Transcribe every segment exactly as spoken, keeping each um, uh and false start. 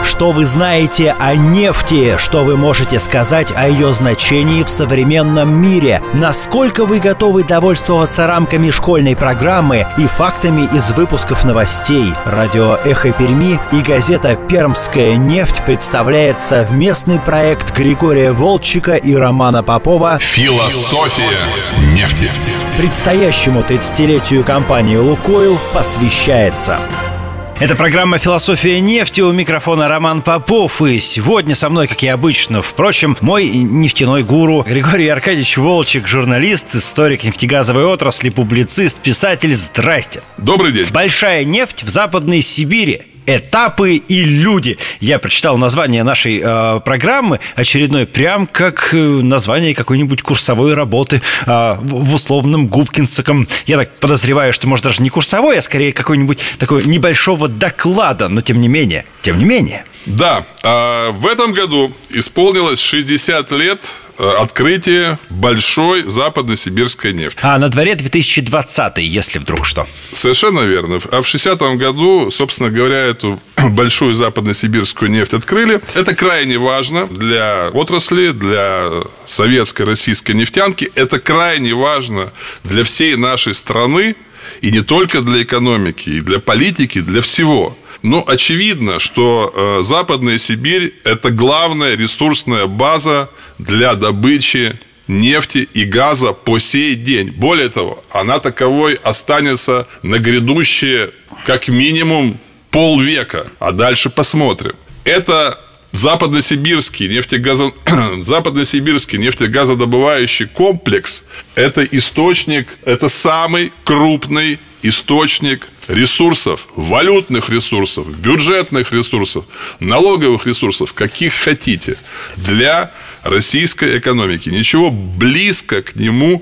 Что вы знаете о нефти? Что вы можете сказать о ее значении в современном мире? Насколько вы готовы довольствоваться рамками школьной программы и фактами из выпусков новостей? Радио «Эхо Перми» и газета «Пермская нефть» представляет совместный проект Григория Волчика и Романа Попова «Философия нефти». Предстоящему тридцатилетию компании «Лукойл» посвящается. Это программа «Философия нефти», у микрофона Роман Попов. И сегодня со мной, как и обычно, впрочем, мой нефтяной гуру Григорий Аркадьевич Волчик, журналист, историк нефтегазовой отрасли, публицист, писатель. Здрасте. Добрый день. Большая нефть в Западной Сибири. Этапы и люди. Я прочитал название нашей э, программы очередной, прям как э, название какой-нибудь курсовой работы э, в, в условном Губкинском. Я так подозреваю, что, может, даже не курсовой, а скорее какой-нибудь такой небольшого доклада, но тем не менее, тем не менее. Да, э, в этом году исполнилось шестьдесят лет открытие большой западно-сибирской нефти. А на дворе две тысячи двадцатый, если вдруг что. Совершенно верно. А в шестидесятом году, собственно говоря, эту большую западно-сибирскую нефть открыли. Это крайне важно для отрасли, для советской, российской нефтянки. Это крайне важно для всей нашей страны. И не только для экономики, и для политики, для всего. Но очевидно, что э, Западная Сибирь – это главная ресурсная база для добычи нефти и газа по сей день. Более того, она таковой останется на грядущие как минимум полвека, а дальше посмотрим. Это Западно-сибирский нефтегазо... Западно-сибирский нефтегазодобывающий комплекс – это источник, это самый крупный источник ресурсов, валютных ресурсов, бюджетных ресурсов, налоговых ресурсов, каких хотите, для российской экономики. Ничего близко к нему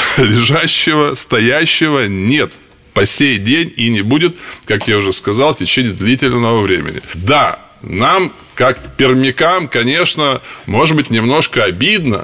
лежащего, стоящего нет по сей день и не будет, как я уже сказал, в течение длительного времени. Да, нам, как пермякам, конечно, может быть немножко обидно,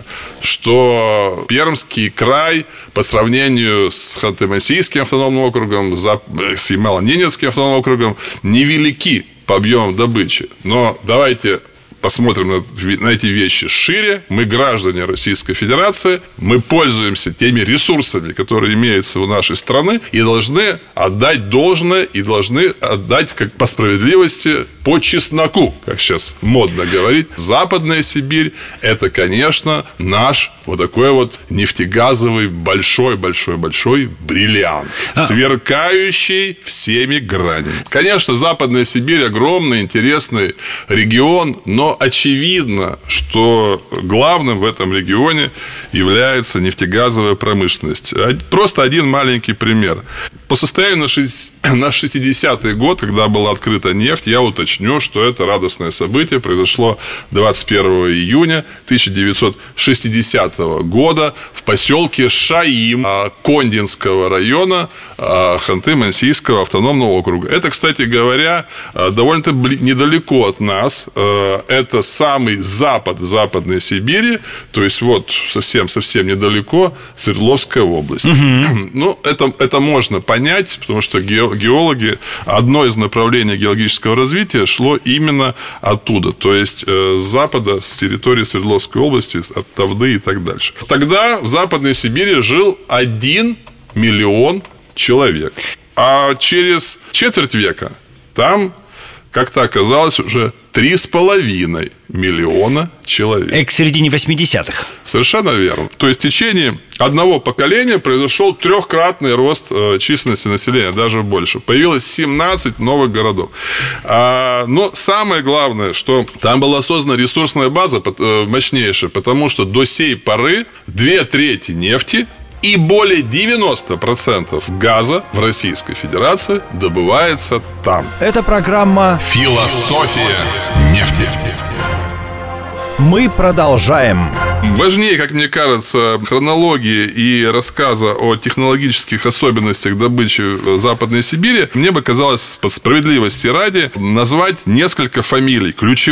что Пермский край по сравнению с Ханты-Мансийским автономным округом, с Ямало-Ненецким автономным округом невелики по объемам добычи. Но давайте посмотрим на, на эти вещи шире. Мы граждане Российской Федерации, мы пользуемся теми ресурсами, которые имеются у нашей страны, и должны отдать должное, и должны отдать как по справедливости, по чесноку, как сейчас модно говорить. Западная Сибирь – это, конечно, наш вот такой вот нефтегазовый большой-большой-большой бриллиант, а. сверкающий всеми гранями. Конечно, Западная Сибирь – огромный, интересный регион, но очевидно, что главным в этом регионе является нефтегазовая промышленность. Просто один маленький пример. По состоянию на шестидесятый год, когда была открыта нефть, я уточню, что это радостное событие произошло двадцать первого июня тысяча девятьсот шестидесятого года в поселке Шаим Кондинского района Ханты-Мансийского автономного округа. Это, кстати говоря, довольно-то недалеко от нас. Это самый запад Западной Сибири, то есть вот совсем-совсем недалеко Свердловская область. Угу. Ну, это, это можно понять, потому что геологи, одно из направлений геологического развития шло именно оттуда, то есть с запада, с территории Свердловской области, от Тавды и так дальше. Тогда в Западной Сибири жил один миллион человек, а через четверть века там как-то оказалось уже три с половиной миллиона человек. Это к середине восьмидесятых. Совершенно верно. То есть в течение одного поколения произошел трехкратный рост численности населения, даже больше. Появилось семнадцать новых городов. Но самое главное, что там была создана ресурсная база мощнейшая, потому что до сей поры две трети нефти и более девяносто процентов газа в Российской Федерации добывается там. Это программа «Философия нефти». Мы продолжаем. Важнее, как мне кажется, хронологии и рассказа о технологических особенностях добычи в Западной Сибири, мне бы казалось, по справедливости ради, назвать несколько фамилий ключевых.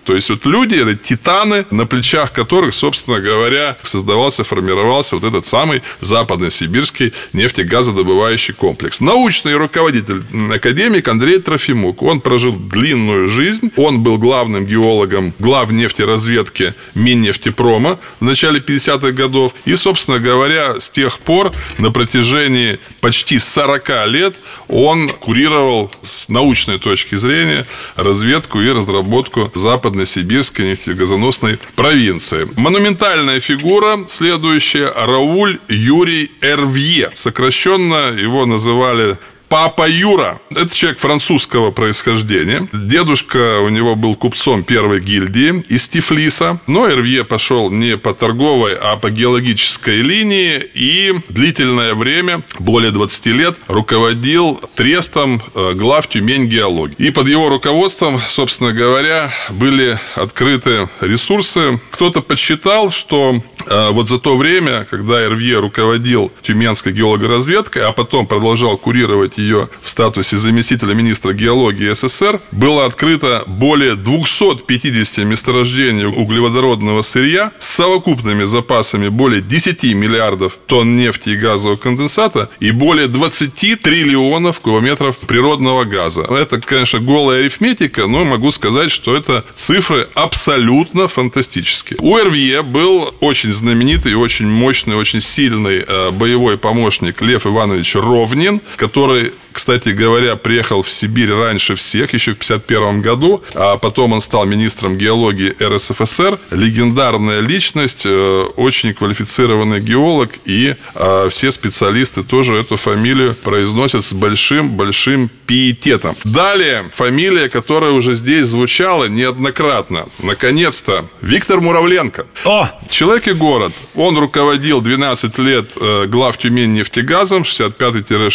То есть вот люди, это титаны, на плечах которых, собственно говоря, создавался, формировался вот этот самый западно-сибирский нефтегазодобывающий комплекс. Научный руководитель, академик Андрей Трофимук. Он прожил длинную жизнь. Он был главным геологом главнефтеразведки Миннефтепрома в начале пятидесятых годов. И, собственно говоря, с тех пор на протяжении почти сорока лет он курировал с научной точки зрения разведку и разработку западно-сибирской нефтегазоносной провинции. Монументальная фигура следующая – Рауль Юрий Эрвье. Сокращенно его называли Папа Юра. Это человек французского происхождения. Дедушка у него был купцом первой гильдии из Тифлиса. Но Эрвье пошел не по торговой, а по геологической линии. И длительное время, более двадцати лет, руководил трестом глав Тюмень геологии. И под его руководством, собственно говоря, были открыты ресурсы. Кто-то подсчитал, что вот за то время, когда Эрвье руководил Тюменской геологоразведкой, а потом продолжал курировать ее в статусе заместителя министра геологии СССР, было открыто более двухсот пятидесяти месторождений углеводородного сырья с совокупными запасами более десяти миллиардов тонн нефти и газового конденсата и более двадцати триллионов кубометров природного газа. Это, конечно, голая арифметика, но могу сказать, что это цифры абсолютно фантастические. У Эрвье был очень знаменитый, очень мощный, очень сильный боевой помощник Лев Иванович Ровнин, который, кстати говоря, приехал в Сибирь раньше всех, еще в пятьдесят первом году, а потом он стал министром геологии эр эс эф эс эр. Легендарная личность, очень квалифицированный геолог, и все специалисты тоже эту фамилию произносят с большим-большим пиететом. Далее, фамилия, которая уже здесь звучала неоднократно. Наконец-то, Виктор Муравленко. О! Человек и город. Он руководил двенадцать лет глав Тюмень-нефтегазом, шестьдесят пятый —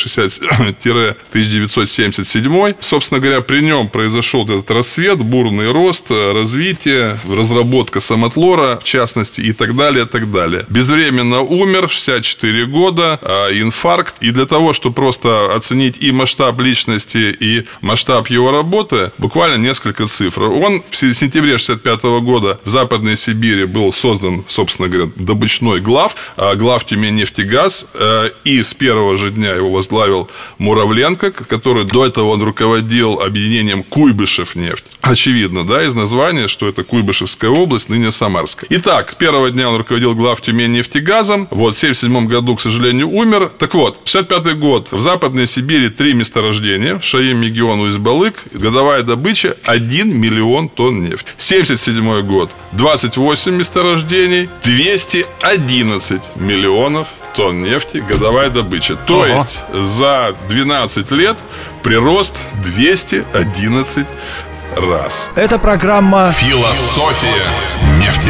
тысяча девятьсот семьдесят седьмой. Собственно говоря, при нем произошел этот рассвет, бурный рост, развитие, разработка самотлора, в частности, и так далее, и так далее. Безвременно умер, шестьдесят четыре года, инфаркт. И для того, чтобы просто оценить и масштаб личности, и масштаб его работы, буквально несколько цифр. Он в сентябре шестьдесят пятого года в Западной Сибири был создан, собственно говоря, добычной глав, глав Тюмень-нефтегаз, и с первого же дня его возглавил Муравленко, который до этого он руководил объединением Куйбышев-нефть. Очевидно, да, из названия, что это Куйбышевская область, ныне Самарская. Итак, с первого дня он руководил глав Тюмень-нефтегазом. Вот, в семьдесят седьмом году, к сожалению, умер. Так вот, шестьдесят пятый год. В Западной Сибири три месторождения. Шаим, Мегион, Усть-Балык. Годовая добыча один миллион тонн нефти. семьдесят седьмой год. двадцать восемь месторождений. двести одиннадцать миллионов тонн нефти, годовая добыча. То Ого. есть за двенадцать лет прирост двести одиннадцать раз. Это программа Философия нефти.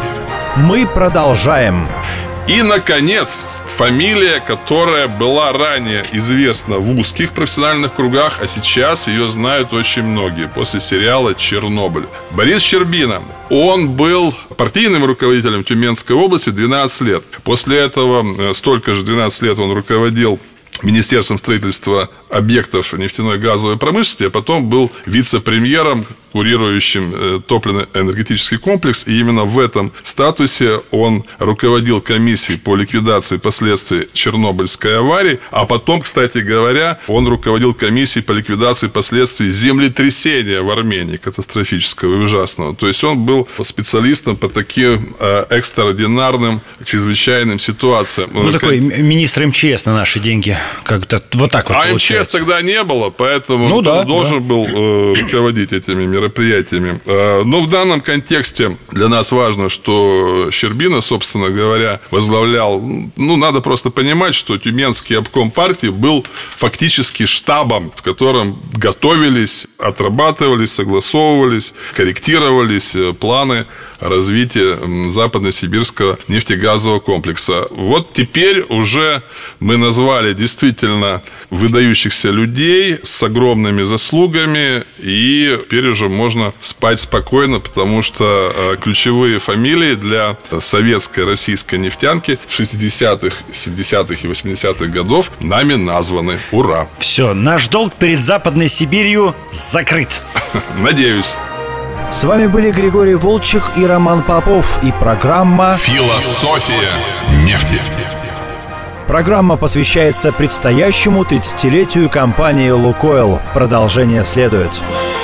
«Мы продолжаем». И, наконец, фамилия, которая была ранее известна в узких профессиональных кругах, а сейчас ее знают очень многие после сериала «Чернобыль». Борис Щербина. Он был партийным руководителем Тюменской области двенадцать лет. После этого столько же двенадцать лет он руководил Министерством строительства объектов нефтяной и газовой промышленности, а потом был вице-премьером, курирующим топливно-энергетический комплекс. И именно в этом статусе он руководил комиссией по ликвидации последствий Чернобыльской аварии. А потом, кстати говоря, он руководил комиссией по ликвидации последствий землетрясения в Армении, катастрофического и ужасного. То есть он был специалистом по таким экстраординарным, чрезвычайным ситуациям. Ну, такой министр эм че эс на наши деньги. Как-то вот так вот а получается. эм че эс тогда не было, поэтому ну, да, он должен да. был э, руководить этими мероприятиями. Э, но в данном контексте для нас важно, что Щербина, собственно говоря, возглавлял... Ну, надо просто понимать, что Тюменский обком партии был фактически штабом, в котором готовились, отрабатывались, согласовывались, корректировались планы развития западно-сибирского нефтегазового комплекса. Вот теперь уже мы назвали действительно выдающихся людей с огромными заслугами, и теперь уже можно спать спокойно, потому что ключевые фамилии для советской российской нефтянки шестидесятых, семидесятых и восьмидесятых годов нами названы. Ура! Все, наш долг перед Западной Сибирью закрыт. Надеюсь. С вами были Григорий Волчек и Роман Попов и программа «Философия нефти». Программа посвящается предстоящему тридцатилетию компании «Лукойл». Продолжение следует.